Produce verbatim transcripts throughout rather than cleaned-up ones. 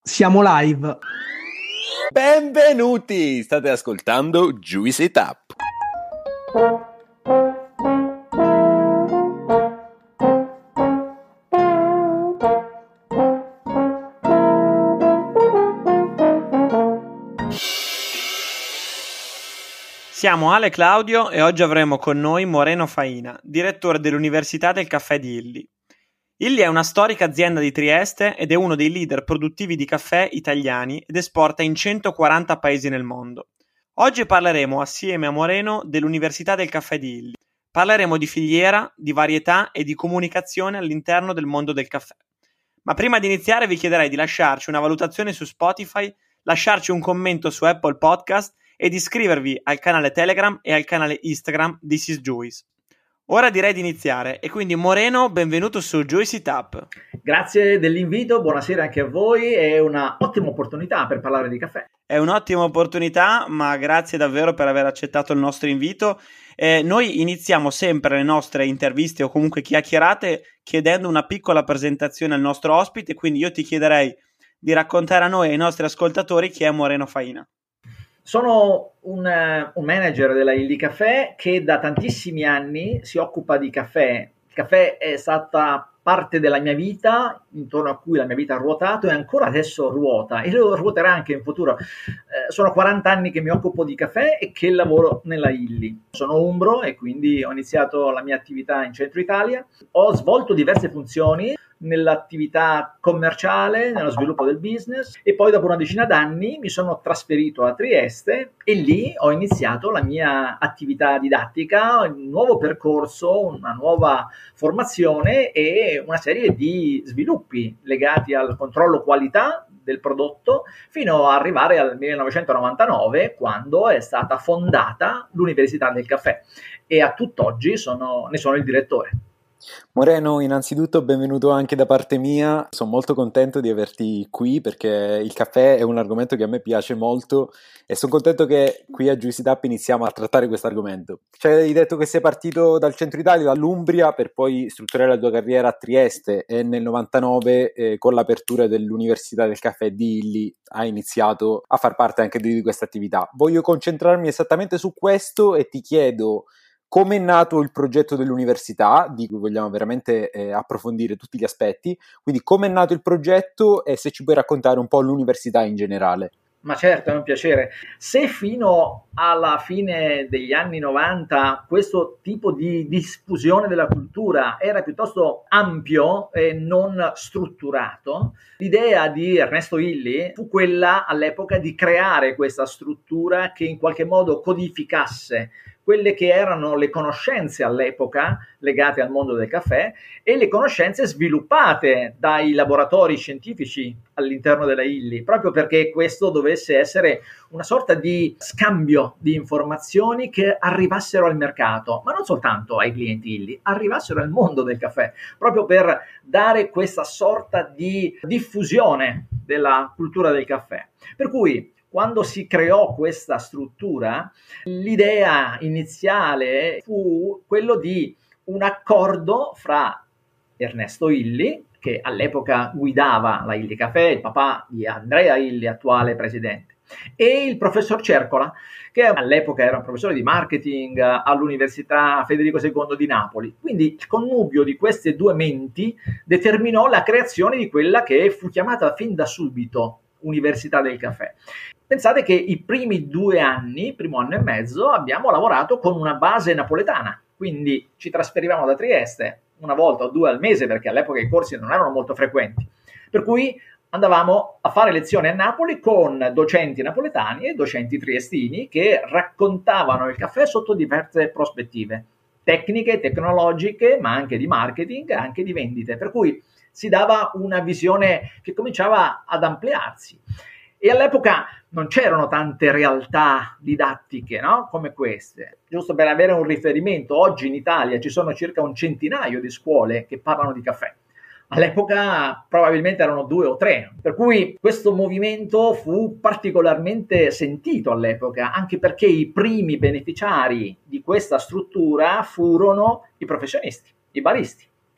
Siamo live. Benvenuti! State ascoltando Juicy Tap. Siamo Ale Claudio e oggi avremo con noi Moreno Faina, direttore dell'Università del Caffè di Illy. Illy è una storica azienda di Trieste ed è uno dei leader produttivi di caffè italiani ed esporta in centoquaranta paesi nel mondo. Oggi parleremo assieme a Moreno dell'Università del Caffè di Illy. Parleremo di filiera, di varietà e di comunicazione all'interno del mondo del caffè. Ma prima di iniziare vi chiederei di lasciarci una valutazione su Spotify, lasciarci un commento su Apple Podcast e di iscrivervi al canale Telegram e al canale Instagram This is Juice. Ora direi di iniziare e quindi Moreno, benvenuto su Juicy Tap. Grazie dell'invito, buonasera anche a voi, è una ottima opportunità per parlare di caffè. È un'ottima opportunità, ma grazie davvero per aver accettato il nostro invito. Eh, noi iniziamo sempre le nostre interviste o comunque chiacchierate chiedendo una piccola presentazione al nostro ospite, quindi io ti chiederei di raccontare a noi e ai nostri ascoltatori chi è Moreno Faina. Sono un, un manager della Illy Caffè che da tantissimi anni si occupa di caffè. Il caffè è stata parte della mia vita, intorno a cui la mia vita ha ruotato e ancora adesso ruota e lo ruoterà anche in futuro. Eh, sono quaranta anni che mi occupo di caffè e che lavoro nella Illy. Sono umbro e quindi ho iniziato la mia attività in centro Italia. Ho svolto diverse funzioni nell'attività commerciale, nello sviluppo del business e poi dopo una decina d'anni mi sono trasferito a Trieste e lì ho iniziato la mia attività didattica, un nuovo percorso, una nuova formazione e una serie di sviluppi legati al controllo qualità del prodotto fino ad arrivare al millenovecentonovantanove quando è stata fondata l'Università del Caffè e a tutt'oggi sono, ne sono il direttore. Moreno, innanzitutto benvenuto anche da parte mia, sono molto contento di averti qui perché il caffè è un argomento che a me piace molto e sono contento che qui a Juicy Tap iniziamo a trattare questo argomento. Ci hai detto che sei partito dal centro Italia, dall'Umbria, per poi strutturare la tua carriera a Trieste e nel novantanove eh, con l'apertura dell'Università del Caffè di Illy hai iniziato a far parte anche di questa attività. Voglio concentrarmi esattamente su questo e ti chiedo come è nato il progetto dell'università, di cui vogliamo veramente eh, approfondire tutti gli aspetti, quindi come è nato il progetto e se ci puoi raccontare un po' l'università in generale. Ma certo, è un piacere. Se fino alla fine degli anni novanta questo tipo di diffusione della cultura era piuttosto ampio e non strutturato, l'idea di Ernesto Illy fu quella all'epoca di creare questa struttura che in qualche modo codificasse quelle che erano le conoscenze all'epoca legate al mondo del caffè e le conoscenze sviluppate dai laboratori scientifici all'interno della Illy, proprio perché questo dovesse essere una sorta di scambio di informazioni che arrivassero al mercato, ma non soltanto ai clienti Illy, arrivassero al mondo del caffè, proprio per dare questa sorta di diffusione della cultura del caffè. Per cui quando si creò questa struttura, l'idea iniziale fu quello di un accordo fra Ernesto Illy, che all'epoca guidava la Illy Caffè, il papà di Andrea Illy, attuale presidente, e il professor Cercola, che all'epoca era un professore di marketing all'Università Federico secondo di Napoli. Quindi il connubio di queste due menti determinò la creazione di quella che fu chiamata fin da subito Università del Caffè. Pensate che i primi due anni, primo anno e mezzo, abbiamo lavorato con una base napoletana, quindi ci trasferivamo da Trieste una volta o due al mese, perché all'epoca i corsi non erano molto frequenti, per cui andavamo a fare lezioni a Napoli con docenti napoletani e docenti triestini che raccontavano il caffè sotto diverse prospettive, tecniche, tecnologiche, ma anche di marketing, anche di vendite, per cui si dava una visione che cominciava ad ampliarsi. E all'epoca non c'erano tante realtà didattiche, no? Come queste. Giusto per avere un riferimento, oggi in Italia ci sono circa un centinaio di scuole che parlano di caffè. All'epoca probabilmente erano due o tre, per cui questo movimento fu particolarmente sentito all'epoca, anche perché i primi beneficiari di questa struttura furono i professionisti, i baristi.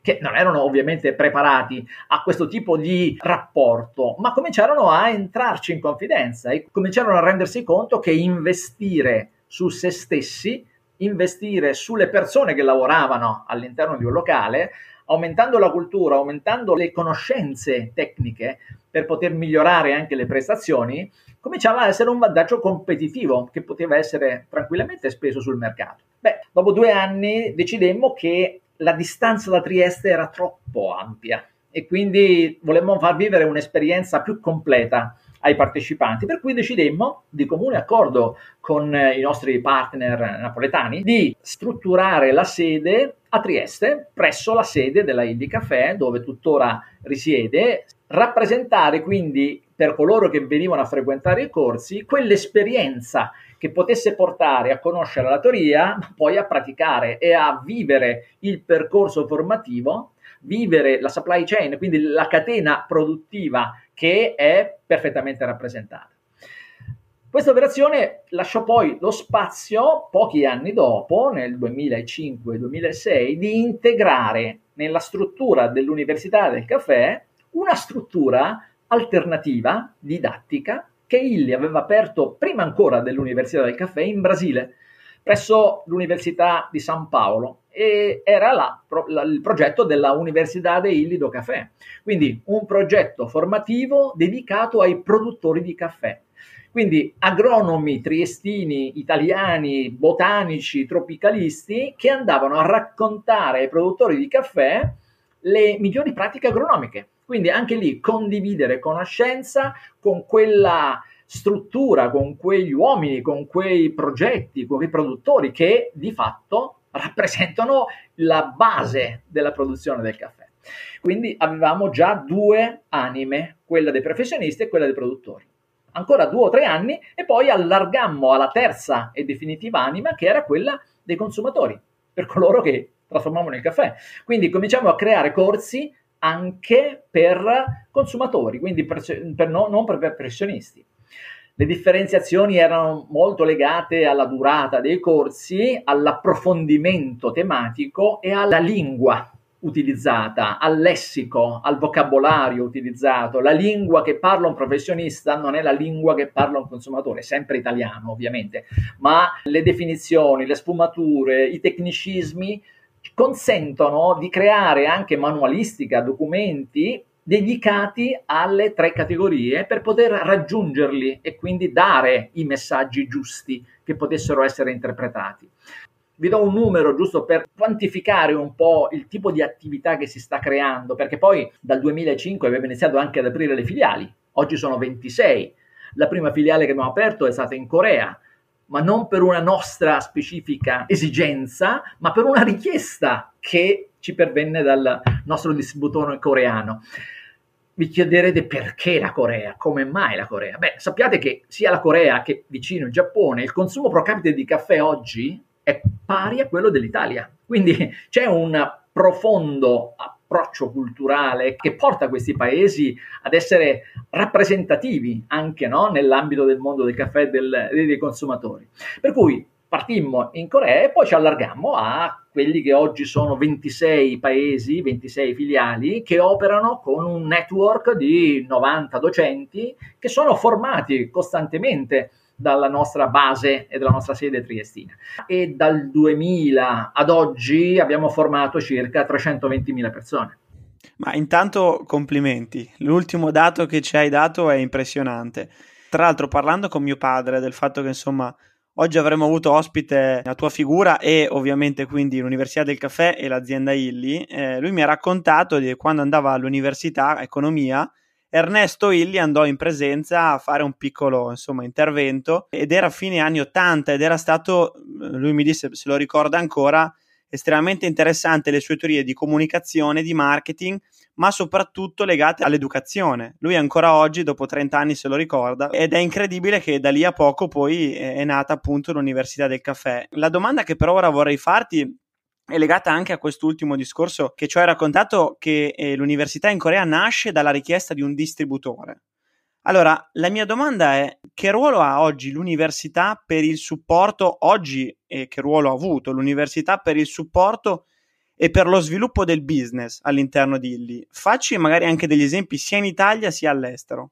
che non erano ovviamente preparati a questo tipo di rapporto, ma cominciarono a entrarci in confidenza e cominciarono a rendersi conto che investire su se stessi, investire sulle persone che lavoravano all'interno di un locale, aumentando la cultura, aumentando le conoscenze tecniche per poter migliorare anche le prestazioni, cominciava a essere un vantaggio competitivo che poteva essere tranquillamente speso sul mercato. Beh, dopo due anni decidemmo che la distanza da Trieste era troppo ampia e quindi volemmo far vivere un'esperienza più completa ai partecipanti, per cui decidemmo di comune accordo con i nostri partner napoletani di strutturare la sede a Trieste, presso la sede della Illy Café, dove tuttora risiede, rappresentare quindi per coloro che venivano a frequentare i corsi quell'esperienza che potesse portare a conoscere la teoria, ma poi a praticare e a vivere il percorso formativo, vivere la supply chain, quindi la catena produttiva che è perfettamente rappresentata. Questa operazione lasciò poi lo spazio, pochi anni dopo, nel duemilacinque duemilasei, di integrare nella struttura dell'Università del Caffè una struttura alternativa, didattica, che Illy aveva aperto prima ancora dell'Università del Caffè in Brasile, presso l'Università di San Paolo, e era la, la, il progetto della Università de Illy do Café, quindi un progetto formativo dedicato ai produttori di caffè. Quindi agronomi triestini, italiani, botanici, tropicalisti che andavano a raccontare ai produttori di caffè le migliori pratiche agronomiche. Quindi anche lì condividere conoscenza con quella struttura, con quegli uomini, con quei progetti, con quei produttori che di fatto rappresentano la base della produzione del caffè. Quindi avevamo già due anime, quella dei professionisti e quella dei produttori. Ancora due o tre anni e poi allargammo alla terza e definitiva anima, che era quella dei consumatori, per coloro che trasformavano il caffè. Quindi cominciamo a creare corsi anche per consumatori, quindi per, per no, non per professionisti. Le differenziazioni erano molto legate alla durata dei corsi, all'approfondimento tematico e alla lingua utilizzata, al lessico, al vocabolario utilizzato. La lingua che parla un professionista non è la lingua che parla un consumatore, sempre italiano ovviamente, ma le definizioni, le sfumature, i tecnicismi consentono di creare anche manualistica, documenti dedicati alle tre categorie per poter raggiungerli e quindi dare i messaggi giusti che potessero essere interpretati. Vi do un numero giusto per quantificare un po' il tipo di attività che si sta creando, perché poi dal duemilacinque abbiamo iniziato anche ad aprire le filiali, oggi sono ventisei, la prima filiale che abbiamo aperto è stata in Corea, ma non per una nostra specifica esigenza, ma per una richiesta che ci pervenne dal nostro distributore coreano. Vi chiederete perché la Corea, come mai la Corea? Beh, sappiate che sia la Corea che vicino il Giappone, il consumo pro capite di caffè oggi è pari a quello dell'Italia. Quindi c'è un profondo approccio culturale che porta questi paesi ad essere rappresentativi anche, no, nell'ambito del mondo del caffè e del, dei consumatori. Per cui partimmo in Corea e poi ci allargammo a quelli che oggi sono ventisei paesi, ventisei filiali che operano con un network di novanta docenti che sono formati costantemente dalla nostra base e dalla nostra sede triestina. E dal duemila ad oggi abbiamo formato circa trecentoventimila persone. Ma intanto complimenti, l'ultimo dato che ci hai dato è impressionante. Tra l'altro, parlando con mio padre del fatto che insomma oggi avremmo avuto ospite la tua figura e ovviamente quindi l'Università del Caffè e l'azienda Illy, eh, lui mi ha raccontato di quando andava all'università economia, Ernesto Illy andò in presenza a fare un piccolo insomma intervento ed era fine anni ottanta ed era stato, lui mi disse, se lo ricorda ancora, estremamente interessante le sue teorie di comunicazione, di marketing, ma soprattutto legate all'educazione. Lui ancora oggi, dopo trenta anni, se lo ricorda ed è incredibile che da lì a poco poi è nata appunto l'Università del Caffè. La domanda che però ora vorrei farti è legata anche a quest'ultimo discorso che ci hai raccontato, che eh, l'università in Corea nasce dalla richiesta di un distributore. Allora, la mia domanda è: che ruolo ha oggi l'università per il supporto, oggi e che ruolo ha avuto l'università per il supporto e per lo sviluppo del business all'interno di Illy. Facci magari anche degli esempi sia in Italia sia all'estero.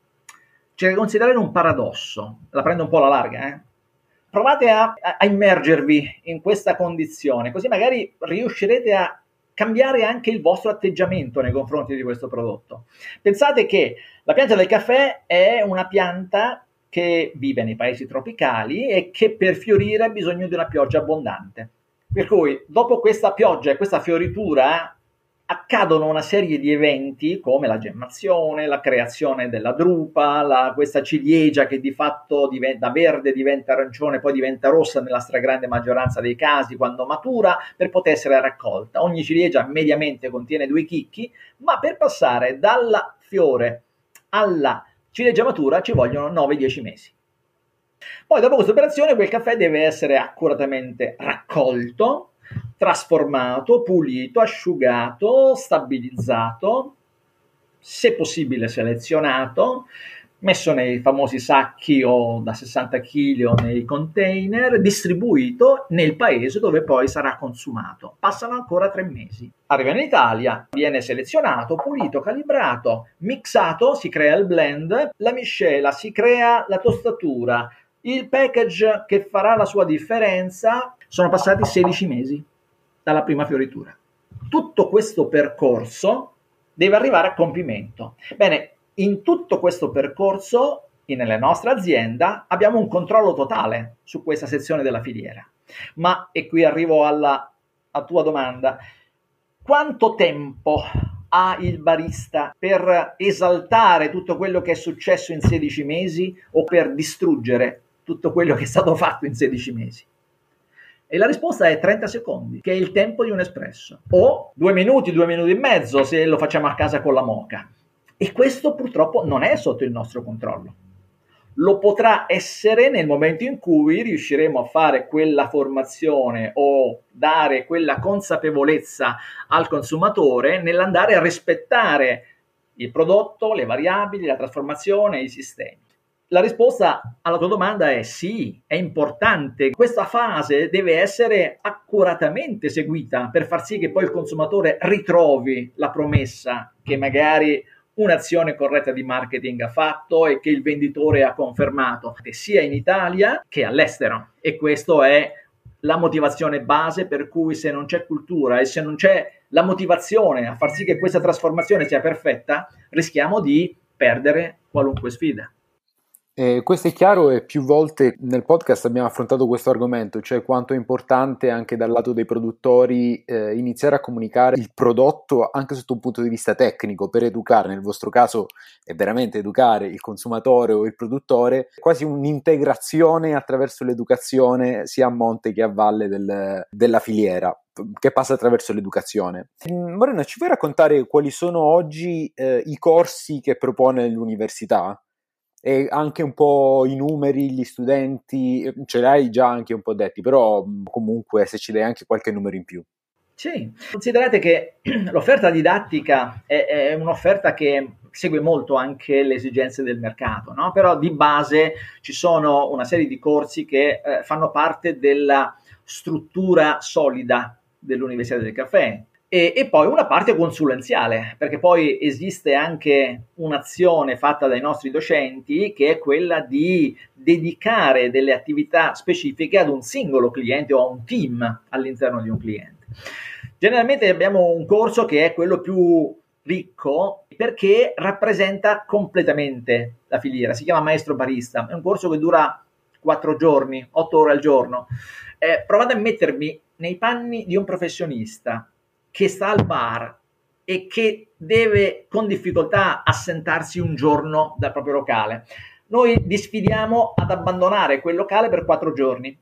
C'è da considerare un paradosso, la prendo un po' alla larga, eh? Provate a, a immergervi in questa condizione, così magari riuscirete a cambiare anche il vostro atteggiamento nei confronti di questo prodotto. Pensate che la pianta del caffè è una pianta che vive nei paesi tropicali e che per fiorire ha bisogno di una pioggia abbondante. Per cui dopo questa pioggia e questa fioritura accadono una serie di eventi come la gemmazione, la creazione della drupa, la, questa ciliegia che di fatto diventa verde, diventa arancione, poi diventa rossa nella stragrande maggioranza dei casi quando matura per poter essere raccolta. Ogni ciliegia mediamente contiene due chicchi, ma per passare dal fiore alla ciliegia matura ci vogliono nove dieci mesi. Poi dopo questa operazione quel caffè deve essere accuratamente raccolto, trasformato, pulito, asciugato, stabilizzato, se possibile selezionato, messo nei famosi sacchi o da sessanta chili o nei container, distribuito nel paese dove poi sarà consumato. Passano ancora tre mesi. Arriva in Italia, viene selezionato, pulito, calibrato, mixato, si crea il blend, la miscela, si crea la tostatura, il package che farà la sua differenza. Sono passati sedici mesi dalla prima fioritura. Tutto questo percorso deve arrivare a compimento. Bene, in tutto questo percorso, nella nostra azienda, abbiamo un controllo totale su questa sezione della filiera. Ma, e qui arrivo alla, alla tua domanda, quanto tempo ha il barista per esaltare tutto quello che è successo in sedici mesi o per distruggere tutto quello che è stato fatto in sedici mesi? E la risposta è trenta secondi, che è il tempo di un espresso, o due minuti, due minuti e mezzo se lo facciamo a casa con la moka. E questo purtroppo non è sotto il nostro controllo. Lo potrà essere nel momento in cui riusciremo a fare quella formazione o dare quella consapevolezza al consumatore nell'andare a rispettare il prodotto, le variabili, la trasformazione, i sistemi. La risposta alla tua domanda è sì, è importante. Questa fase deve essere accuratamente seguita per far sì che poi il consumatore ritrovi la promessa che magari un'azione corretta di marketing ha fatto e che il venditore ha confermato, sia in Italia che all'estero. E questa è la motivazione base per cui se non c'è cultura e se non c'è la motivazione a far sì che questa trasformazione sia perfetta, rischiamo di perdere qualunque sfida. Eh, questo è chiaro e più volte nel podcast abbiamo affrontato questo argomento, cioè quanto è importante anche dal lato dei produttori eh, iniziare a comunicare il prodotto anche sotto un punto di vista tecnico per educare, nel vostro caso è veramente educare il consumatore o il produttore, quasi un'integrazione attraverso l'educazione sia a monte che a valle del, della filiera, che passa attraverso l'educazione. Moreno, ci puoi raccontare quali sono oggi eh, i corsi che propone l'università? E anche un po' i numeri, gli studenti, ce li hai già anche un po' detti, però comunque se ci dai anche qualche numero in più. Sì, considerate che l'offerta didattica è, è un'offerta che segue molto anche le esigenze del mercato, no? Però di base ci sono una serie di corsi che eh, fanno parte della struttura solida dell'Università del Caffè. E, e poi una parte consulenziale, perché poi esiste anche un'azione fatta dai nostri docenti che è quella di dedicare delle attività specifiche ad un singolo cliente o a un team all'interno di un cliente. Generalmente abbiamo un corso che è quello più ricco perché rappresenta completamente la filiera, si chiama Maestro Barista, è un corso che dura quattro giorni, otto ore al giorno. Eh, provate a mettervi nei panni di un professionista che sta al bar e che deve con difficoltà assentarsi un giorno dal proprio locale. Noi vi sfidiamo ad abbandonare quel locale per quattro giorni.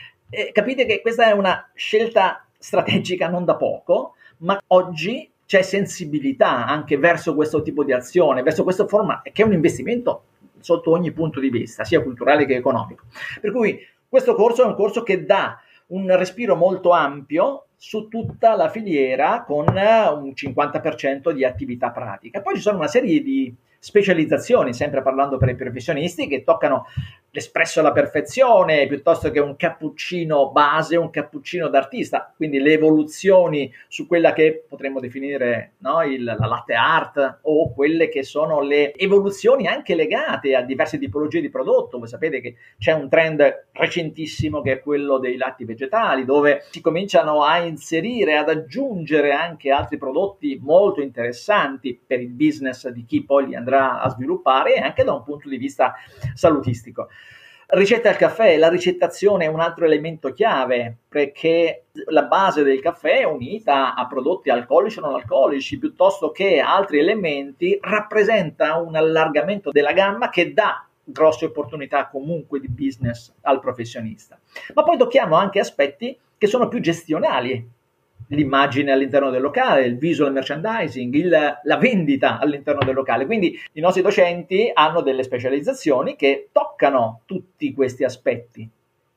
E capite che questa è una scelta strategica non da poco, ma oggi c'è sensibilità anche verso questo tipo di azione, verso questa forma, che è un investimento sotto ogni punto di vista, sia culturale che economico. Per cui questo corso è un corso che dà un respiro molto ampio su tutta la filiera con un cinquanta per cento di attività pratica. Poi ci sono una serie di specializzazioni, sempre parlando per i professionisti, che toccano l'espresso alla perfezione, piuttosto che un cappuccino base, un cappuccino d'artista, quindi le evoluzioni su quella che potremmo definire, no, il, la latte art, o quelle che sono le evoluzioni anche legate a diverse tipologie di prodotto. Voi sapete che c'è un trend recentissimo che è quello dei latti vegetali, dove si cominciano a inserire, ad aggiungere anche altri prodotti molto interessanti per il business di chi poi li andrà a sviluppare, e anche da un punto di vista salutistico. Ricetta del caffè, la ricettazione è un altro elemento chiave, perché la base del caffè è unita a prodotti alcolici o non alcolici, piuttosto che altri elementi, rappresenta un allargamento della gamma che dà grosse opportunità comunque di business al professionista. Ma poi tocchiamo anche aspetti che sono più gestionali: l'immagine all'interno del locale, il visual merchandising, il, la vendita all'interno del locale. Quindi i nostri docenti hanno delle specializzazioni che toccano tutti questi aspetti.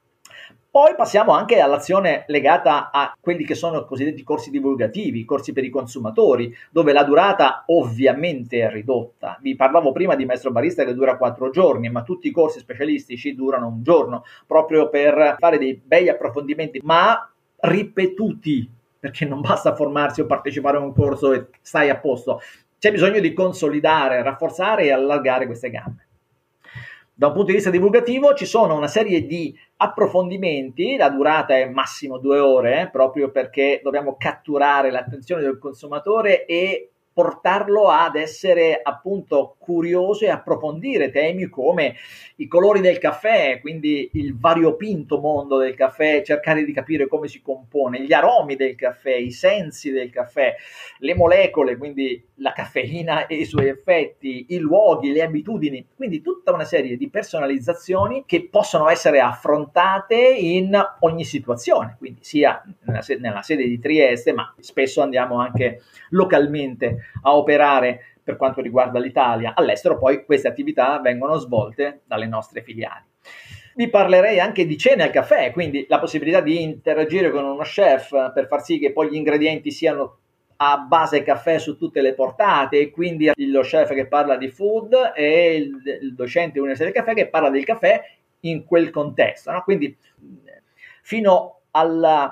Poi passiamo anche all'azione legata a quelli che sono i cosiddetti corsi divulgativi, corsi per i consumatori, dove la durata ovviamente è ridotta. Vi parlavo prima di maestro barista che dura quattro giorni, ma tutti i corsi specialistici durano un giorno, proprio per fare dei bei approfondimenti, ma ripetuti, perché non basta formarsi o partecipare a un corso e stai a posto. C'è bisogno di consolidare, rafforzare e allargare queste gambe. Da un punto di vista divulgativo ci sono una serie di approfondimenti, la durata è massimo due ore, eh, proprio perché dobbiamo catturare l'attenzione del consumatore e portarlo ad essere appunto curioso e approfondire temi come i colori del caffè, quindi il variopinto mondo del caffè, cercare di capire come si compone, gli aromi del caffè, i sensi del caffè, le molecole, quindi la caffeina e i suoi effetti, i luoghi, le abitudini, quindi tutta una serie di personalizzazioni che possono essere affrontate in ogni situazione, quindi sia nella sede, nella sede di Trieste, ma spesso andiamo anche localmente a operare per quanto riguarda l'Italia. All'estero poi queste attività vengono svolte dalle nostre filiali. Vi parlerei anche di cene al caffè, quindi la possibilità di interagire con uno chef per far sì che poi gli ingredienti siano a base caffè su tutte le portate, e quindi lo chef che parla di food e il, il docente universitario del caffè che parla del caffè in quel contesto, no? Quindi fino al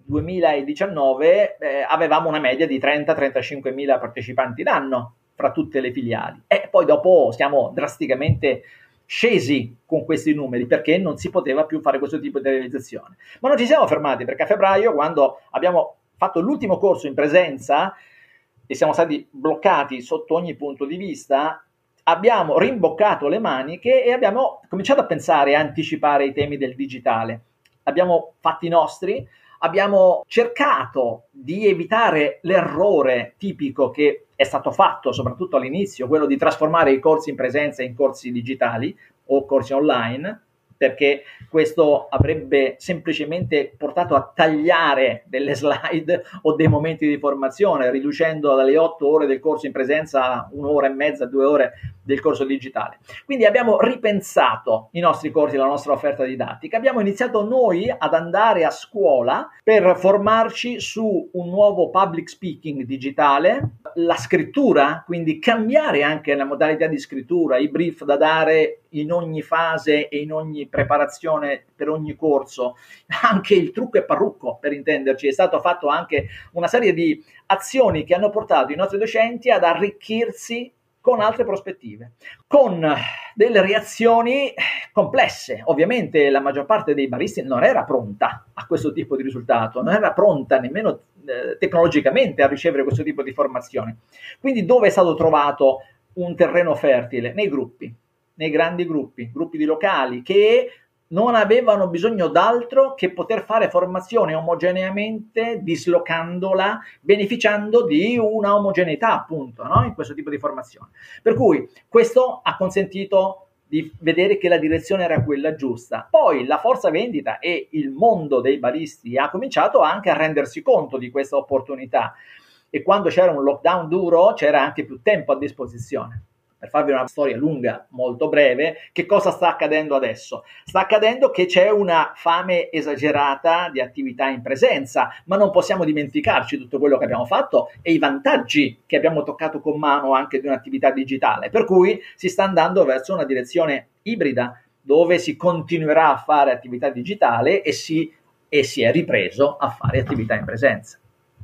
duemiladiciannove eh, avevamo una media di trenta trentacinque mila partecipanti l'anno fra tutte le filiali, e poi dopo siamo drasticamente scesi con questi numeri perché non si poteva più fare questo tipo di realizzazione. Ma non ci siamo fermati, perché a febbraio, quando abbiamo fatto l'ultimo corso in presenza e siamo stati bloccati sotto ogni punto di vista, abbiamo rimboccato le maniche e abbiamo cominciato a pensare e anticipare i temi del digitale. Abbiamo fatti i nostri, abbiamo cercato di evitare l'errore tipico che è stato fatto soprattutto all'inizio, quello di trasformare i corsi in presenza in corsi digitali o corsi online, perché questo avrebbe semplicemente portato a tagliare delle slide o dei momenti di formazione, riducendo dalle otto ore del corso in presenza a un'ora e mezza, due ore del corso digitale. Quindi abbiamo ripensato i nostri corsi, la nostra offerta didattica, abbiamo iniziato noi ad andare a scuola per formarci su un nuovo public speaking digitale, la scrittura, quindi cambiare anche la modalità di scrittura, i brief da dare in ogni fase e in ogni preparazione per ogni corso, anche il trucco e parrucco, per intenderci. È stato fatto anche una serie di azioni che hanno portato i nostri docenti ad arricchirsi con altre prospettive, con delle reazioni complesse. Ovviamente la maggior parte dei baristi non era pronta a questo tipo di risultato, non era pronta nemmeno eh, tecnologicamente a ricevere questo tipo di formazione. Quindi dove è stato trovato un terreno fertile? Nei gruppi, nei grandi gruppi, gruppi di locali che non avevano bisogno d'altro che poter fare formazione omogeneamente, dislocandola, beneficiando di una omogeneità appunto, no? In questo tipo di formazione. Per cui questo ha consentito di vedere che la direzione era quella giusta. Poi la forza vendita e il mondo dei baristi ha cominciato anche a rendersi conto di questa opportunità, e quando c'era un lockdown duro c'era anche più tempo a disposizione. Per farvi una storia lunga, molto breve, che cosa sta accadendo adesso? Sta accadendo che c'è una fame esagerata di attività in presenza, ma non possiamo dimenticarci tutto quello che abbiamo fatto e i vantaggi che abbiamo toccato con mano anche di un'attività digitale, per cui si sta andando verso una direzione ibrida, dove si continuerà a fare attività digitale e si, e si è ripreso a fare attività in presenza.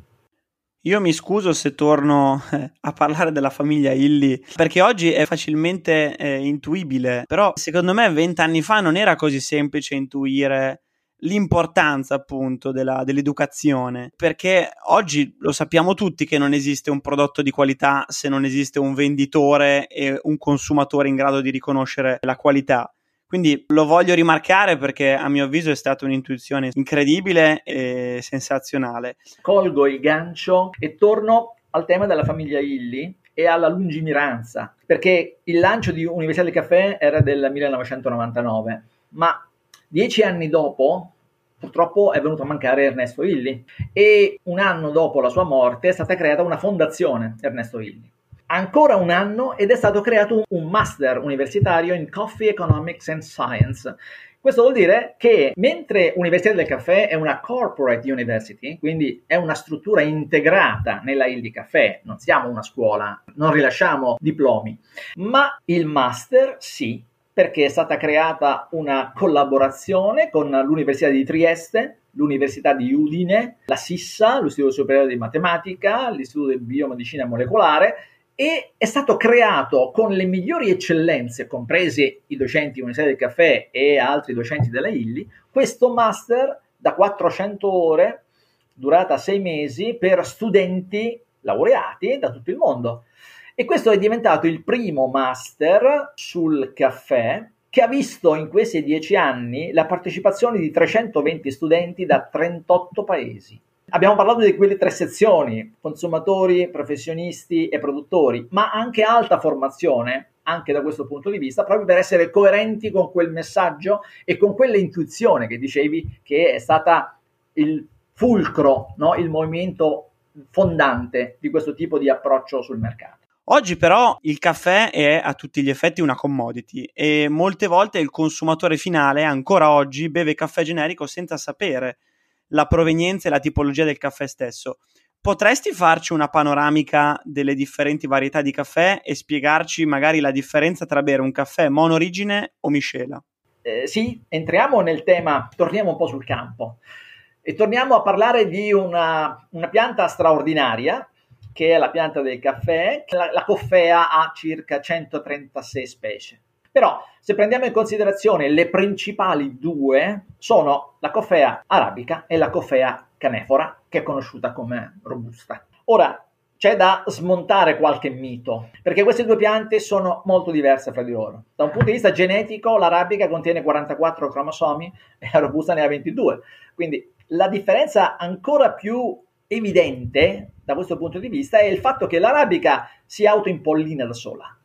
Io mi scuso se torno eh, a parlare della famiglia Illy, perché oggi è facilmente eh, intuibile, però secondo me vent'anni fa non era così semplice intuire l'importanza appunto della, dell'educazione, perché oggi lo sappiamo tutti che non esiste un prodotto di qualità se non esiste un venditore e un consumatore in grado di riconoscere la qualità. Quindi lo voglio rimarcare perché a mio avviso è stata un'intuizione incredibile e sensazionale. Colgo il gancio e torno al tema della famiglia Illy e alla lungimiranza, perché il lancio di Università del Caffè era del millenovecentonovantanove, ma dieci anni dopo purtroppo è venuto a mancare Ernesto Illy e un anno dopo la sua morte è stata creata una fondazione Ernesto Illy. Ancora un anno ed è stato creato un master universitario in Coffee Economics and Science. Questo vuol dire che mentre Università del Caffè è una corporate university, quindi è una struttura integrata nella Illy Caffè, non siamo una scuola, non rilasciamo diplomi, ma il master sì, perché è stata creata una collaborazione con l'Università di Trieste, l'Università di Udine, la SISSA, l'Istituto Superiore di Matematica, l'Istituto di Biomedicina Molecolare, e è stato creato con le migliori eccellenze, compresi i docenti dell'Università del Caffè e altri docenti della Illy, questo master da quattrocento ore, durata sei mesi, per studenti laureati da tutto il mondo. E questo è diventato il primo master sul caffè che ha visto in questi dieci anni la partecipazione di trecentoventi studenti da trentotto paesi. Abbiamo parlato di quelle tre sezioni, consumatori, professionisti e produttori, ma anche alta formazione, anche da questo punto di vista, proprio per essere coerenti con quel messaggio e con quella intuizione che dicevi che è stata il fulcro, no? Il movimento fondante di questo tipo di approccio sul mercato. Oggi però il caffè è a tutti gli effetti una commodity e molte volte il consumatore finale ancora oggi beve caffè generico senza sapere la provenienza e la tipologia del caffè stesso. Potresti farci una panoramica delle differenti varietà di caffè e spiegarci magari la differenza tra bere un caffè monorigine o miscela? Eh, sì, entriamo nel tema, torniamo un po' sul campo e torniamo a parlare di una, una pianta straordinaria che è la pianta del caffè. La, la coffea ha circa centotrentasei specie. Però, se prendiamo in considerazione le principali due, sono la coffea arabica e la coffea canefora, che è conosciuta come robusta. Ora, c'è da smontare qualche mito, perché queste due piante sono molto diverse fra di loro. Da un punto di vista genetico, l'arabica contiene quarantaquattro cromosomi e la robusta ne ha ventidue. Quindi, la differenza ancora più evidente da questo punto di vista è il fatto che l'arabica si autoimpollina da sola.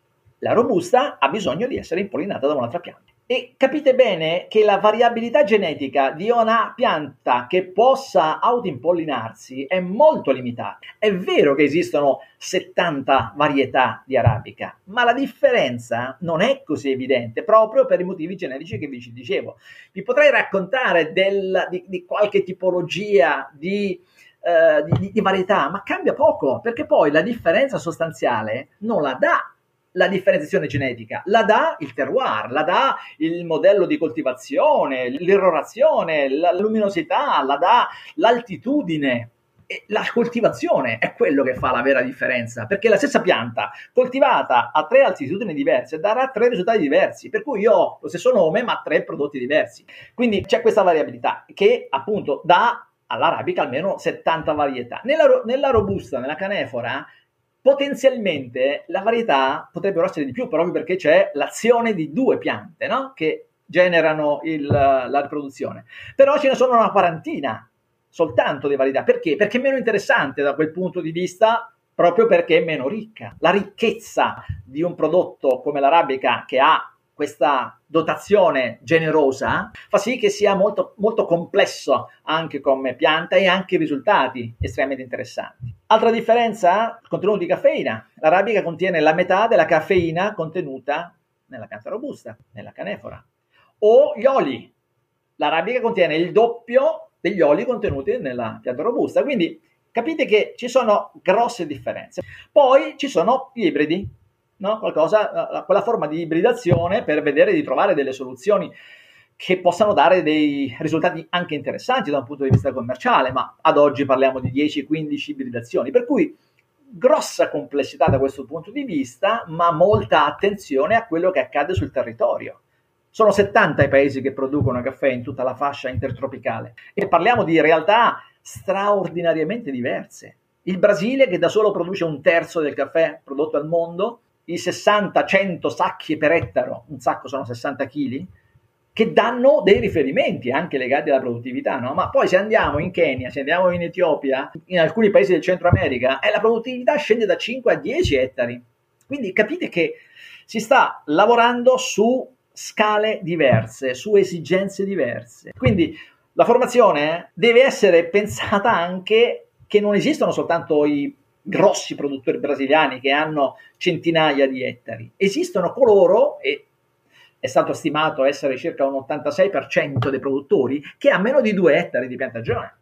La robusta ha bisogno di essere impollinata da un'altra pianta. E capite bene che la variabilità genetica di una pianta che possa autoimpollinarsi è molto limitata. È vero che esistono settanta varietà di arabica, ma la differenza non è così evidente proprio per i motivi genetici che vi dicevo. Vi potrei raccontare del, di, di qualche tipologia di Uh, di, di varietà, ma cambia poco, perché poi la differenza sostanziale non la dà la differenziazione genetica, la dà il terroir, la dà il modello di coltivazione, l'irrorazione, la luminosità, la dà l'altitudine. E la coltivazione è quello che fa la vera differenza, perché la stessa pianta coltivata a tre altitudini diverse darà tre risultati diversi, per cui io ho lo stesso nome ma tre prodotti diversi. Quindi c'è questa variabilità che appunto dà all'arabica almeno settanta varietà. Nella, nella robusta, nella canefora, potenzialmente la varietà potrebbero essere di più, proprio perché c'è l'azione di due piante, no? Che generano il, la riproduzione. Però ce ne sono una quarantina soltanto di varietà. Perché? Perché è meno interessante da quel punto di vista, proprio perché è meno ricca. La ricchezza di un prodotto come l'arabica, che ha questa dotazione generosa fa sì che sia molto, molto complesso anche come pianta e anche risultati estremamente interessanti. Altra differenza, il contenuto di caffeina. L'arabica contiene la metà della caffeina contenuta nella pianta robusta, nella canefora. O gli oli. L'arabica contiene il doppio degli oli contenuti nella pianta robusta, quindi capite che ci sono grosse differenze. Poi ci sono gli ibridi, no? Qualcosa, quella forma di ibridazione per vedere di trovare delle soluzioni che possano dare dei risultati anche interessanti da un punto di vista commerciale, ma ad oggi parliamo di dieci quindici ibridazioni, per cui grossa complessità da questo punto di vista, ma molta attenzione a quello che accade sul territorio. Sono settanta i paesi che producono caffè in tutta la fascia intertropicale e parliamo di realtà straordinariamente diverse. Il Brasile, che da solo produce un terzo del caffè prodotto al mondo, i sessanta cento sacchi per ettaro, un sacco sono sessanta chili, che danno dei riferimenti anche legati alla produttività, no? Ma poi se andiamo in Kenya, se andiamo in Etiopia, in alcuni paesi del Centro America, eh, la produttività scende da cinque a dieci ettari. Quindi capite che si sta lavorando su scale diverse, su esigenze diverse. Quindi la formazione deve essere pensata anche che non esistono soltanto i grossi produttori brasiliani che hanno centinaia di ettari, esistono coloro, e è stato stimato essere circa un ottantasei per cento dei produttori, che ha meno di due ettari di piantagione.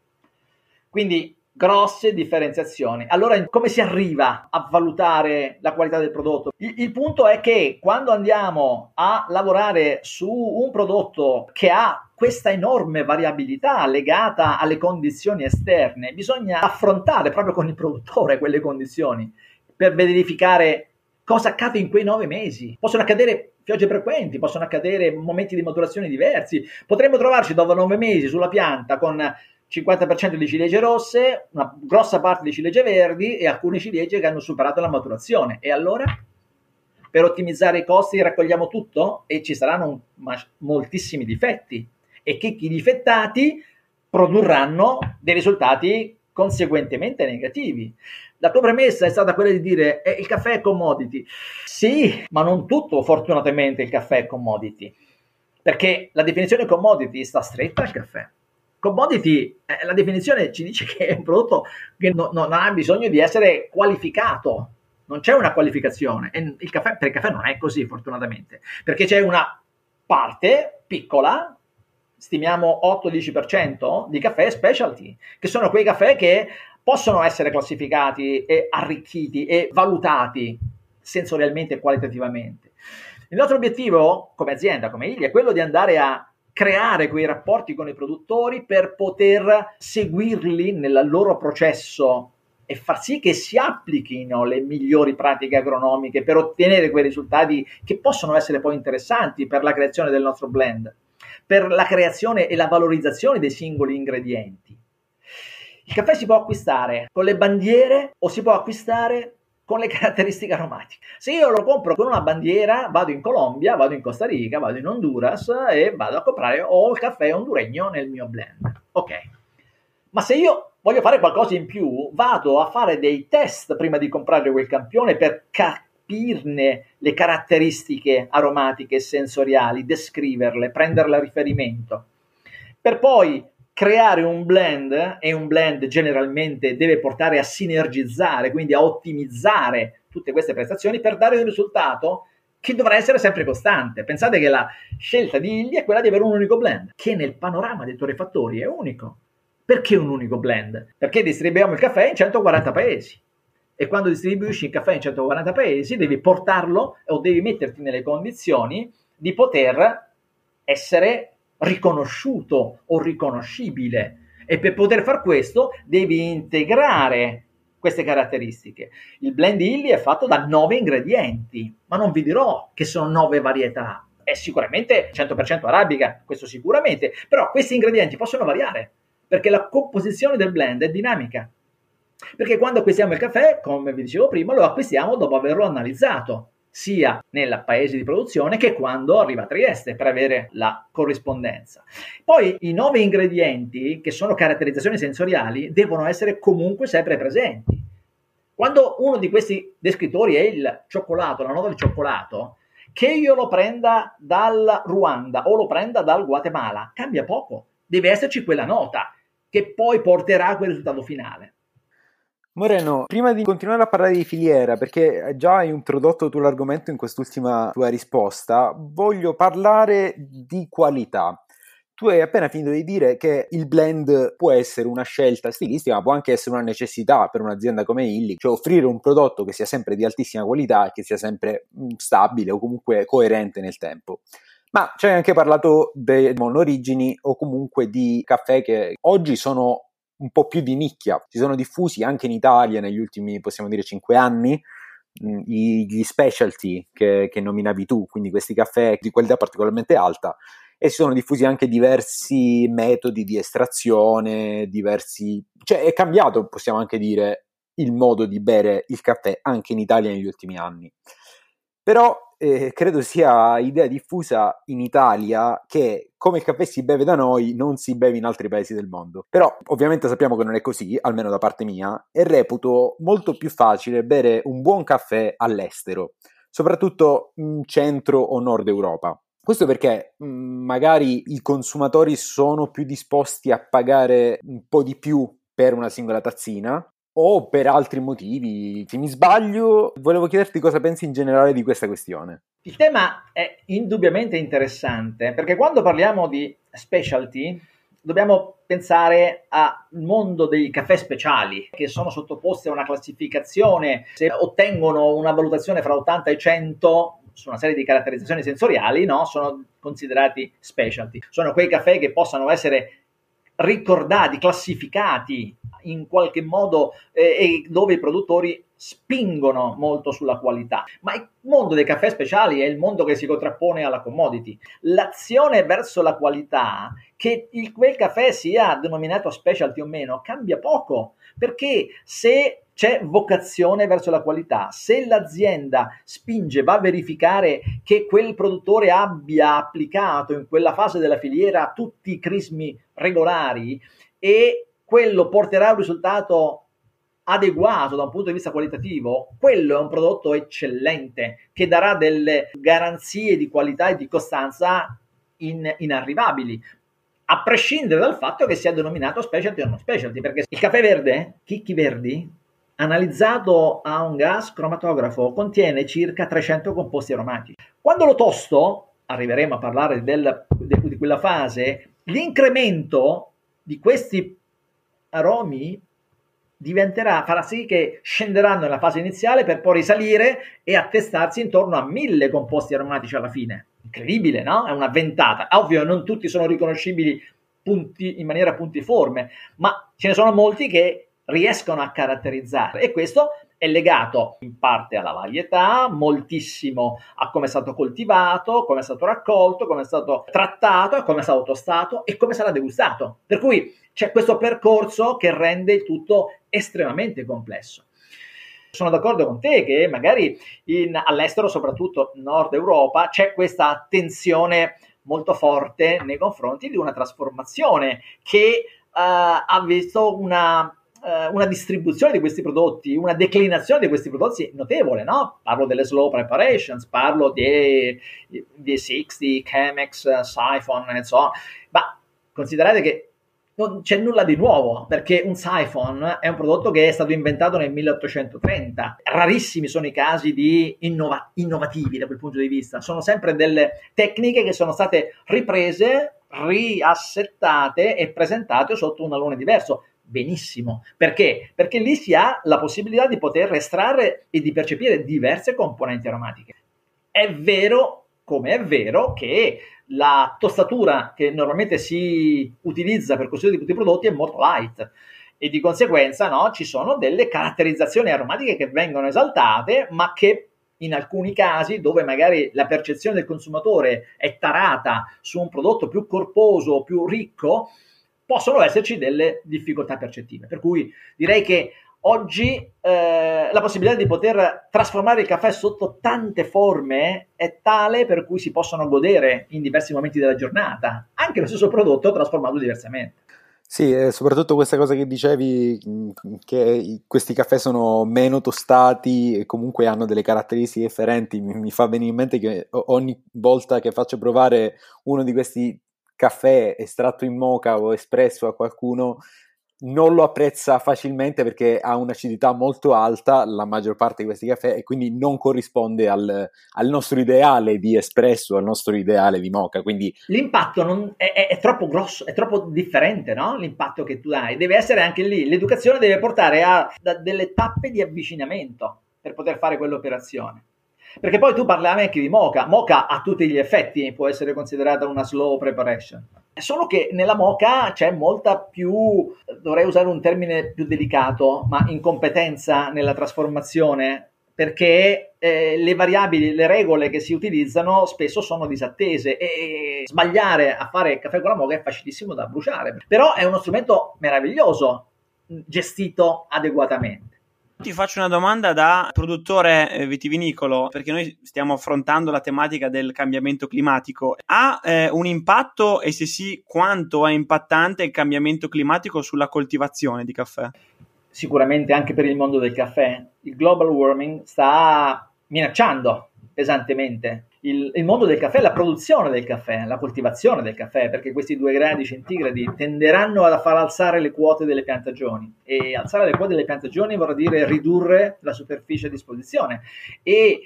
Quindi grosse differenziazioni. Allora come si arriva a valutare la qualità del prodotto? Il, il punto è che quando andiamo a lavorare su un prodotto che ha questa enorme variabilità legata alle condizioni esterne, bisogna affrontare proprio con il produttore quelle condizioni per verificare cosa accade in quei nove mesi. Possono accadere piogge frequenti, possono accadere momenti di maturazione diversi. Potremmo trovarci dopo nove mesi sulla pianta con cinquanta per cento di ciliegie rosse, una grossa parte di ciliegie verdi e alcune ciliegie che hanno superato la maturazione. E allora? Per ottimizzare i costi raccogliamo tutto e ci saranno moltissimi difetti. E che i difettati produrranno dei risultati conseguentemente negativi. La tua premessa è stata quella di dire eh, il caffè è commodity. Sì, ma non tutto, fortunatamente, il caffè è commodity. Perché la definizione commodity sta stretta al caffè. Commodity, eh, la definizione ci dice che è un prodotto che no, non ha bisogno di essere qualificato. Non c'è una qualificazione. E il caffè, per il caffè non è così, fortunatamente. Perché c'è una parte piccola, stimiamo otto-dieci per cento di caffè specialty, che sono quei caffè che possono essere classificati e arricchiti e valutati sensorialmente e qualitativamente. Il nostro obiettivo come azienda, come I L I, è quello di andare a creare quei rapporti con i produttori per poter seguirli nel loro processo e far sì che si applichino le migliori pratiche agronomiche per ottenere quei risultati che possono essere poi interessanti per la creazione del nostro blend, per la creazione e la valorizzazione dei singoli ingredienti. Il caffè si può acquistare con le bandiere o si può acquistare con le caratteristiche aromatiche. Se io lo compro con una bandiera, vado in Colombia, vado in Costa Rica, vado in Honduras e vado a comprare ho il caffè honduregno nel mio blend. Ok. Ma se io voglio fare qualcosa in più, vado a fare dei test prima di comprare quel campione per capirne le caratteristiche aromatiche e sensoriali, descriverle, prenderle a riferimento, per poi creare un blend, e un blend generalmente deve portare a sinergizzare, quindi a ottimizzare tutte queste prestazioni per dare un risultato che dovrà essere sempre costante. Pensate che la scelta di I L I è quella di avere un unico blend, che nel panorama dei torrefattori è unico. Perché un unico blend? Perché distribuiamo il caffè in centoquaranta paesi. E quando distribuisci il caffè in centoquaranta paesi devi portarlo o devi metterti nelle condizioni di poter essere riconosciuto o riconoscibile, e per poter far questo devi integrare queste caratteristiche. Il blend I L I è fatto da nove ingredienti, ma non vi dirò che sono nove varietà. È sicuramente cento per cento arabica, questo sicuramente, però questi ingredienti possono variare perché la composizione del blend è dinamica. Perché quando acquistiamo il caffè, come vi dicevo prima, lo acquistiamo dopo averlo analizzato, sia nel paese di produzione che quando arriva a Trieste, per avere la corrispondenza. Poi i nove ingredienti, che sono caratterizzazioni sensoriali, devono essere comunque sempre presenti. Quando uno di questi descrittori è il cioccolato, la nota di cioccolato, che io lo prenda dal Ruanda o lo prenda dal Guatemala, cambia poco. Deve esserci quella nota che poi porterà a quel risultato finale. Moreno, prima di continuare a parlare di filiera, perché già hai introdotto tu l'argomento in quest'ultima tua risposta, voglio parlare di qualità. Tu hai appena finito di dire che il blend può essere una scelta stilistica, ma può anche essere una necessità per un'azienda come Illy, cioè offrire un prodotto che sia sempre di altissima qualità e che sia sempre mh, stabile o comunque coerente nel tempo. Ma ci hai anche parlato dei monorigini o comunque di caffè che oggi sono un po' più di nicchia, si sono diffusi anche in Italia negli ultimi, possiamo dire, cinque anni, mh, gli specialty che, che nominavi tu, quindi questi caffè di qualità particolarmente alta, e si sono diffusi anche diversi metodi di estrazione, diversi, cioè è cambiato, possiamo anche dire, il modo di bere il caffè anche in Italia negli ultimi anni. Però eh, credo sia idea diffusa in Italia che come il caffè si beve da noi non si beve in altri paesi del mondo. Però ovviamente sappiamo che non è così, almeno da parte mia, e reputo molto più facile bere un buon caffè all'estero, soprattutto in centro o nord Europa. Questo perché mh, magari i consumatori sono più disposti a pagare un po' di più per una singola tazzina, o per altri motivi. Se mi sbaglio, volevo chiederti cosa pensi in generale di questa questione. Il tema è indubbiamente interessante, perché quando parliamo di specialty dobbiamo pensare al mondo dei caffè speciali, che sono sottoposti a una classificazione, se ottengono una valutazione fra ottanta e cento su una serie di caratterizzazioni sensoriali, no? Sono considerati specialty. Sono quei caffè che possano essere ricordati, classificati in qualche modo eh, e dove i produttori spingono molto sulla qualità. Ma il mondo dei caffè speciali è il mondo che si contrappone alla commodity. L'azione verso la qualità, che il, quel caffè sia denominato specialty o meno, cambia poco, perché se c'è vocazione verso la qualità, se l'azienda spinge, va a verificare che quel produttore abbia applicato in quella fase della filiera tutti i crismi regolari e quello porterà a un risultato adeguato da un punto di vista qualitativo, quello è un prodotto eccellente che darà delle garanzie di qualità e di costanza in, inarrivabili, a prescindere dal fatto che sia denominato specialty o non specialty, perché il caffè verde, chicchi verdi, analizzato a un gas cromatografo, contiene circa trecento composti aromatici. Quando lo tosto, arriveremo a parlare del, de, di quella fase, l'incremento di questi aromi diventerà, farà sì che scenderanno nella fase iniziale per poi risalire e attestarsi intorno a mille composti aromatici alla fine. Incredibile, no? È una ventata. Ovvio, non tutti sono riconoscibili punti, in maniera puntiforme, ma ce ne sono molti che riescono a caratterizzare, e questo è legato in parte alla varietà, moltissimo a come è stato coltivato, come è stato raccolto, come è stato trattato, come è stato tostato e come sarà degustato. Per cui c'è questo percorso che rende il tutto estremamente complesso. Sono d'accordo con te che magari in, all'estero, soprattutto in Nord Europa, c'è questa attenzione molto forte nei confronti di una trasformazione che uh, ha visto una una distribuzione di questi prodotti, una declinazione di questi prodotti notevole, no? Parlo delle slow preparations, parlo di V sessanta, Chemex, Siphon e so on, ma considerate che non c'è nulla di nuovo, perché un Siphon è un prodotto che è stato inventato nel milleottocentotrenta. Rarissimi sono i casi di innova- innovativi da quel punto di vista, sono sempre delle tecniche che sono state riprese, riassettate e presentate sotto un alone diverso. Benissimo, perché? Perché lì si ha la possibilità di poter estrarre e di percepire diverse componenti aromatiche. È vero, come è vero, che la tostatura che normalmente si utilizza per questo tipo di prodotti è molto light e di conseguenza, no, ci sono delle caratterizzazioni aromatiche che vengono esaltate, ma che in alcuni casi, dove magari la percezione del consumatore è tarata su un prodotto più corposo, più ricco, possono esserci delle difficoltà percettive. Per cui direi che oggi eh, la possibilità di poter trasformare il caffè sotto tante forme è tale per cui si possono godere in diversi momenti della giornata anche lo stesso prodotto trasformato diversamente. Sì, eh, soprattutto questa cosa che dicevi, mh, che i- questi caffè sono meno tostati e comunque hanno delle caratteristiche differenti, mi, mi fa venire in mente che o- ogni volta che faccio provare uno di questi caffè estratto in moka o espresso a qualcuno, non lo apprezza facilmente perché ha un'acidità molto alta, la maggior parte di questi caffè, e quindi non corrisponde al, al nostro ideale di espresso, al nostro ideale di moka, quindi L'impatto non, è, è, è troppo grosso, è troppo differente, no? L'impatto che tu dai. Deve essere anche lì. L'educazione deve portare a da, delle tappe di avvicinamento per poter fare quell'operazione. Perché poi tu parlavi anche di moka. Moka a tutti gli effetti può essere considerata una slow preparation. Solo che nella moka c'è molta più, dovrei usare un termine più delicato, ma incompetenza nella trasformazione, perché eh, le variabili, le regole che si utilizzano spesso sono disattese e sbagliare a fare caffè con la moka è facilissimo da bruciare. Però è uno strumento meraviglioso, gestito adeguatamente. Ti faccio una domanda da produttore eh, vitivinicolo, perché noi stiamo affrontando la tematica del cambiamento climatico. Ha eh, un impatto, e se sì, quanto è impattante il cambiamento climatico sulla coltivazione di caffè? Sicuramente anche per il mondo del caffè. Il global warming sta minacciando pesantemente il, il mondo del caffè, la produzione del caffè, la coltivazione del caffè, perché questi due gradi centigradi tenderanno a far alzare le quote delle piantagioni, e alzare le quote delle piantagioni vorrà dire ridurre la superficie a disposizione, e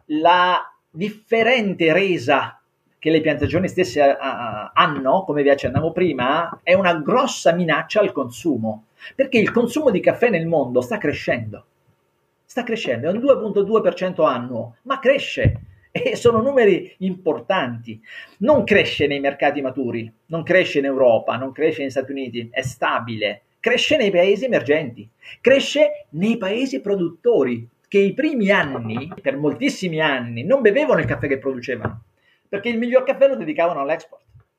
la differente resa che le piantagioni stesse uh, hanno, come vi accennavo prima, è una grossa minaccia al consumo, perché il consumo di caffè nel mondo sta crescendo, sta crescendo, è un due virgola due per cento annuo, ma cresce, e sono numeri importanti. Non cresce nei mercati maturi, non cresce in Europa, non cresce negli Stati Uniti, è stabile, cresce nei paesi emergenti, cresce nei paesi produttori, che i primi anni, per moltissimi anni, non bevevano il caffè che producevano, perché il miglior caffè lo dedicavano all'export.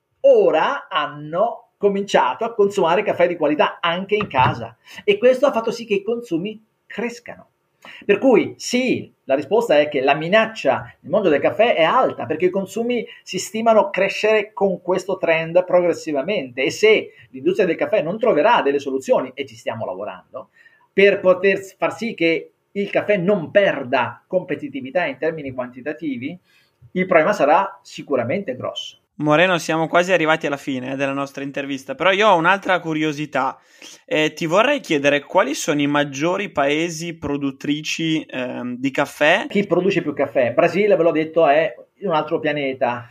Ora hanno cominciato a consumare caffè di qualità anche in casa, e questo ha fatto sì che i consumi crescano. Per cui sì, la risposta è che la minaccia nel mondo del caffè è alta, perché i consumi si stimano crescere con questo trend progressivamente, e se l'industria del caffè non troverà delle soluzioni, e ci stiamo lavorando, per poter far sì che il caffè non perda competitività in termini quantitativi, il problema sarà sicuramente grosso. Moreno, siamo quasi arrivati alla fine eh, della nostra intervista, però io ho un'altra curiosità. Eh, ti vorrei chiedere quali sono i maggiori paesi produttrici ehm, di caffè. Chi produce più caffè? Brasile, ve l'ho detto, è un altro pianeta.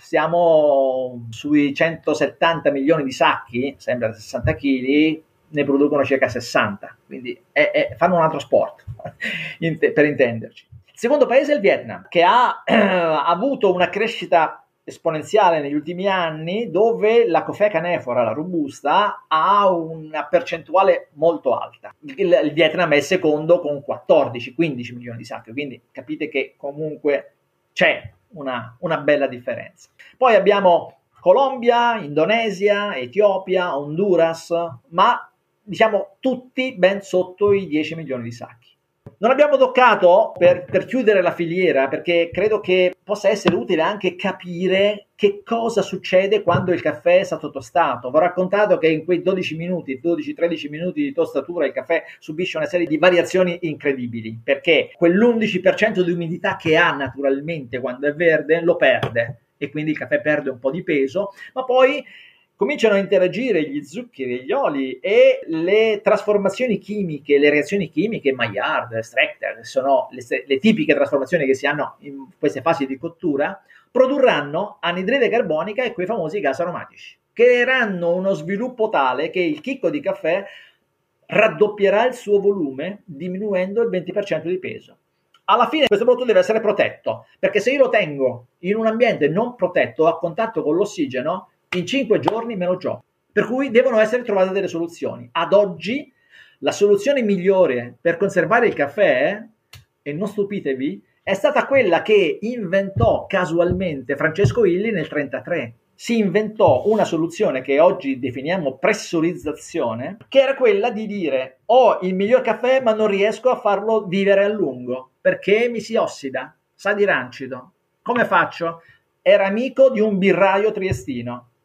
Siamo sui centosettanta milioni di sacchi, sembra sessanta chili, ne producono circa sessanta, quindi è, è, fanno un altro sport, per intenderci. Il secondo paese è il Vietnam, che ha eh, avuto una crescita esponenziale negli ultimi anni, dove la Coffea Canefora, la robusta, ha una percentuale molto alta. Il, il Vietnam è il secondo con quattordici quindici milioni di sacche, quindi capite che comunque c'è una, una bella differenza. Poi abbiamo Colombia, Indonesia, Etiopia, Honduras, ma diciamo tutti ben sotto i dieci milioni di sacchi. Non abbiamo toccato, per, per chiudere la filiera, perché credo che possa essere utile anche capire che cosa succede quando il caffè è stato tostato. Vi ho raccontato che in quei dodici minuti, dodici tredici minuti di tostatura, il caffè subisce una serie di variazioni incredibili, perché quell'undici per cento di umidità che ha naturalmente quando è verde lo perde, e quindi il caffè perde un po' di peso, ma poi cominciano a interagire gli zuccheri e gli oli, e le trasformazioni chimiche, le reazioni chimiche, Maillard, Strechter, sono le, le tipiche trasformazioni che si hanno in queste fasi di cottura, produrranno anidride carbonica e quei famosi gas aromatici, creeranno uno sviluppo tale che il chicco di caffè raddoppierà il suo volume, diminuendo il venti per cento di peso. Alla fine questo prodotto deve essere protetto, perché se io lo tengo in un ambiente non protetto, a contatto con l'ossigeno, in cinque giorni me lo gioco. Per cui devono essere trovate delle soluzioni. Ad oggi la soluzione migliore per conservare il caffè, e non stupitevi, è stata quella che inventò casualmente Francesco Illy nel trentatré. Si inventò una soluzione che oggi definiamo pressurizzazione, che era quella di dire: ho il miglior caffè ma non riesco a farlo vivere a lungo perché mi si ossida, sa di rancido. Come faccio? Era amico di un birraio triestino.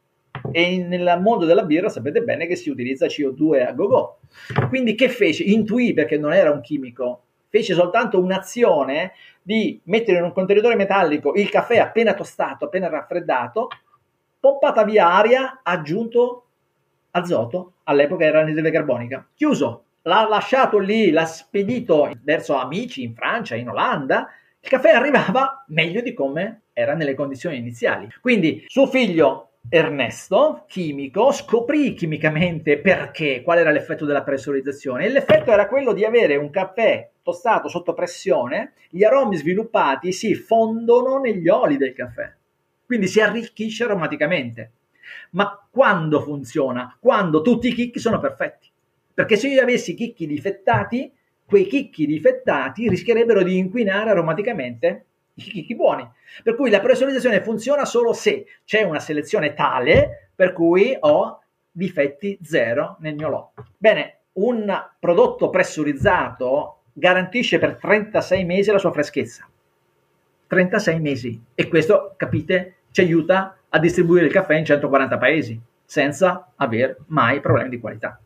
e nel mondo della birra sapete bene che si utilizza C O due a go-go. Quindi che fece? Intuì, perché non era un chimico, fece soltanto un'azione di mettere in un contenitore metallico il caffè appena tostato, appena raffreddato, pompata via aria, aggiunto azoto, all'epoca era anidride carbonica, chiuso, l'ha lasciato lì, l'ha spedito verso amici in Francia, in Olanda, il caffè arrivava meglio di come era nelle condizioni iniziali. Quindi suo figlio Ernesto, chimico, scoprì chimicamente perché, qual era l'effetto della pressurizzazione, e l'effetto era quello di avere un caffè tostato sotto pressione, gli aromi sviluppati si fondono negli oli del caffè, quindi si arricchisce aromaticamente. Ma quando funziona? Quando tutti i chicchi sono perfetti, perché se io avessi chicchi difettati, quei chicchi difettati rischierebbero di inquinare aromaticamente i chicchi buoni. Per cui la pressurizzazione funziona solo se c'è una selezione tale per cui ho difetti zero nel mio lotto. Bene, un prodotto pressurizzato garantisce per trentasei mesi la sua freschezza. trentasei mesi. E questo, capite, ci aiuta a distribuire il caffè in centoquaranta paesi senza aver mai problemi di qualità.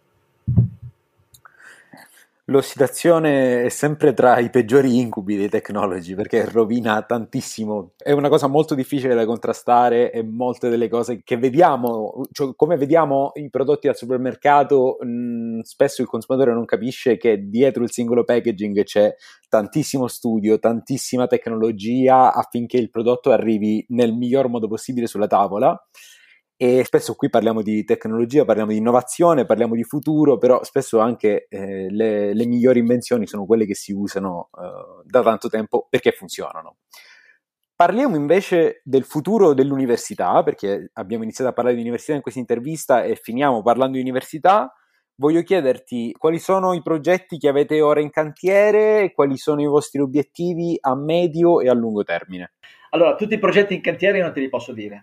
L'ossidazione è sempre tra i peggiori incubi dei technology, perché rovina tantissimo. È una cosa molto difficile da contrastare e molte delle cose che vediamo, cioè come vediamo i prodotti al supermercato, mh, spesso il consumatore non capisce che dietro il singolo packaging c'è tantissimo studio, tantissima tecnologia affinché il prodotto arrivi nel miglior modo possibile sulla tavola. E spesso qui parliamo di tecnologia, parliamo di innovazione, parliamo di futuro, però spesso anche eh, le, le migliori invenzioni sono quelle che si usano eh, da tanto tempo perché funzionano. Parliamo invece del futuro dell'università, perché abbiamo iniziato a parlare di università in questa intervista e finiamo parlando di università. Voglio chiederti quali sono i progetti che avete ora in cantiere e quali sono i vostri obiettivi a medio e a lungo termine. Allora, tutti i progetti in cantiere non te li posso dire.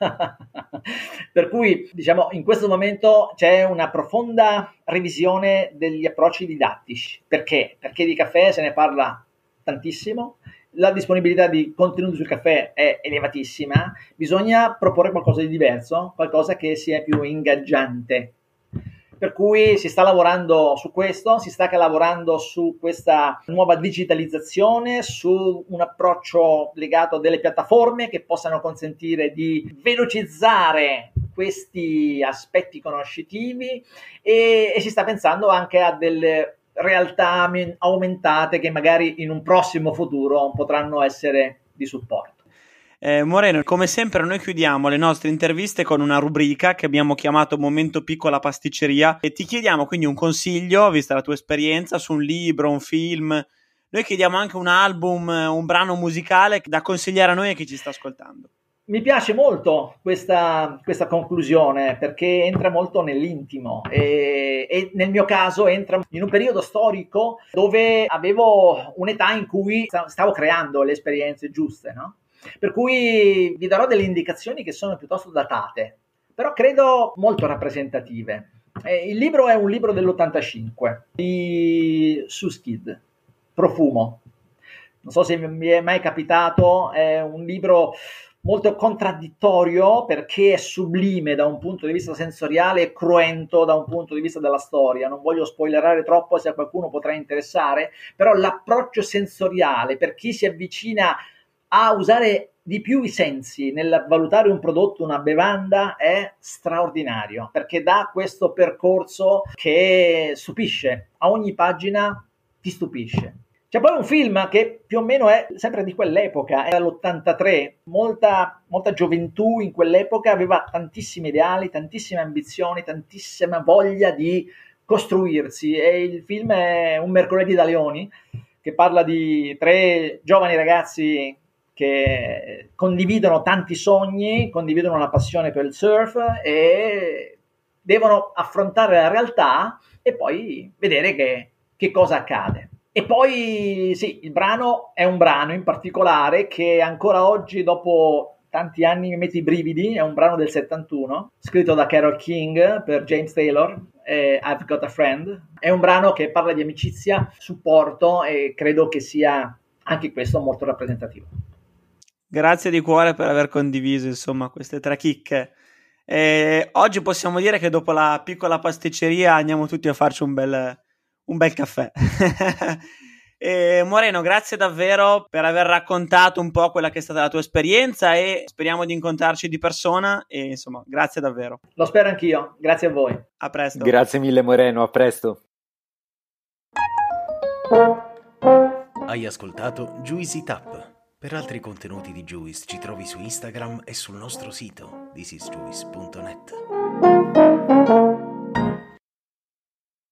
Per cui, diciamo, in questo momento c'è una profonda revisione degli approcci didattici. Perché? Perché di caffè se ne parla tantissimo, la disponibilità di contenuti sul caffè è elevatissima, bisogna proporre qualcosa di diverso, qualcosa che sia più ingaggiante. Per cui si sta lavorando su questo, si sta lavorando su questa nuova digitalizzazione, su un approccio legato a delle piattaforme che possano consentire di velocizzare questi aspetti conoscitivi e, e si sta pensando anche a delle realtà aumentate che magari in un prossimo futuro potranno essere di supporto. Eh, Moreno, come sempre noi chiudiamo le nostre interviste con una rubrica che abbiamo chiamato Momento Piccola Pasticceria e ti chiediamo quindi un consiglio, vista la tua esperienza, su un libro, un film. Noi chiediamo anche un album, un brano musicale da consigliare a noi e a chi ci sta ascoltando. Mi piace molto questa, questa conclusione perché entra molto nell'intimo e, e nel mio caso entra in un periodo storico dove avevo un'età in cui stavo creando le esperienze giuste, no? Per cui vi darò delle indicazioni che sono piuttosto datate, però credo molto rappresentative. Eh, il libro è un libro dell'ottantacinque di Suskid, Profumo. Non so se mi è mai capitato, è un libro molto contraddittorio perché è sublime da un punto di vista sensoriale e cruento da un punto di vista della storia. Non voglio spoilerare troppo se a qualcuno potrà interessare, però l'approccio sensoriale per chi si avvicina a usare di più i sensi nel valutare un prodotto, una bevanda, è straordinario, perché dà questo percorso che stupisce, a ogni pagina ti stupisce. C'è poi un film che più o meno è sempre di quell'epoca, era l'ottantatré, molta, molta gioventù in quell'epoca, aveva tantissimi ideali, tantissime ambizioni, tantissima voglia di costruirsi, e il film è Un mercoledì da leoni, che parla di tre giovani ragazzi che condividono tanti sogni, condividono la passione per il surf e devono affrontare la realtà e poi vedere che, che cosa accade. E poi sì, il brano è un brano in particolare che ancora oggi, dopo tanti anni, mi mette i brividi. È un brano del settantuno, scritto da Carole King per James Taylor, eh, I've Got a Friend. È un brano che parla di amicizia, supporto, e credo che sia anche questo molto rappresentativo. Grazie di cuore per aver condiviso, insomma, queste tre chicche. E oggi possiamo dire che dopo la piccola pasticceria andiamo tutti a farci un bel, un bel caffè. E Moreno, grazie davvero per aver raccontato un po' quella che è stata la tua esperienza e speriamo di incontrarci di persona e insomma, grazie davvero. Lo spero anch'io, grazie a voi. A presto. Grazie mille Moreno, a presto. Hai ascoltato Juicy Tap. Per altri contenuti di Juice ci trovi su Instagram e sul nostro sito this is juice punto net.